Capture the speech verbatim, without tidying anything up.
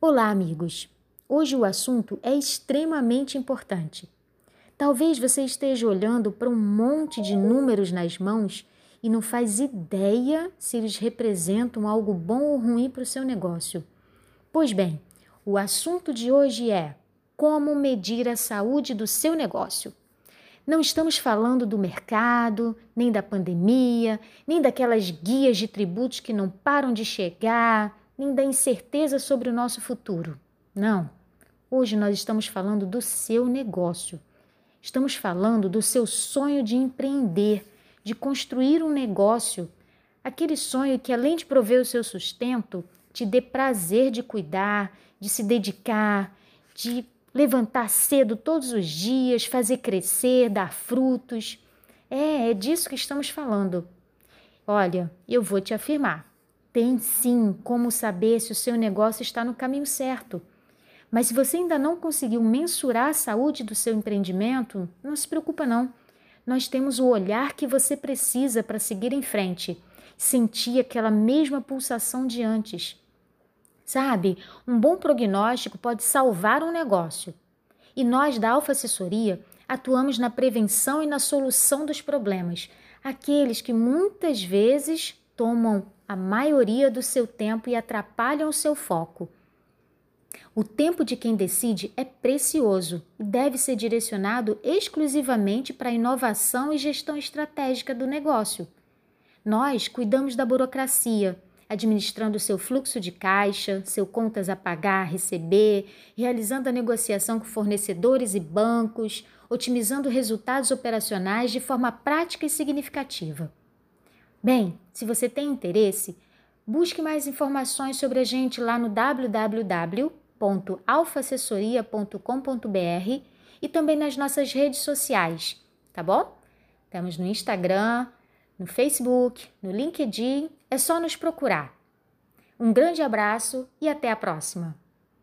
Olá, amigos! Hoje o assunto é extremamente importante. Talvez você esteja olhando para um monte de números nas mãos e não faz ideia se eles representam algo bom ou ruim para o seu negócio. Pois bem, o assunto de hoje é como medir a saúde do seu negócio. Não estamos falando do mercado, nem da pandemia, nem daquelas guias de tributos que não param de chegar, nem da incerteza sobre o nosso futuro. Não. Hoje nós estamos falando do seu negócio. Estamos falando do seu sonho de empreender, de construir um negócio. Aquele sonho que, além de prover o seu sustento, te dê prazer de cuidar, de se dedicar, de levantar cedo todos os dias, fazer crescer, dar frutos. É, é disso que estamos falando. Olha, eu vou te afirmar. Tem sim como saber se o seu negócio está no caminho certo. Mas se você ainda não conseguiu mensurar a saúde do seu empreendimento, não se preocupa não. Nós temos o olhar que você precisa para seguir em frente, sentir aquela mesma pulsação de antes. Sabe, um bom prognóstico pode salvar um negócio. E nós da Alfa Assessoria atuamos na prevenção e na solução dos problemas, aqueles que muitas vezes tomam a maioria do seu tempo e atrapalham o seu foco. O tempo de quem decide é precioso e deve ser direcionado exclusivamente para a inovação e gestão estratégica do negócio. Nós cuidamos da burocracia, administrando seu fluxo de caixa, seu contas a pagar, receber, realizando a negociação com fornecedores e bancos, otimizando resultados operacionais de forma prática e significativa. Bem, se você tem interesse, busque mais informações sobre a gente lá no w w w ponto alfa assessoria ponto com ponto b r e também nas nossas redes sociais, tá bom? Estamos no Instagram, no Facebook, no LinkedIn, é só nos procurar. Um grande abraço e até a próxima!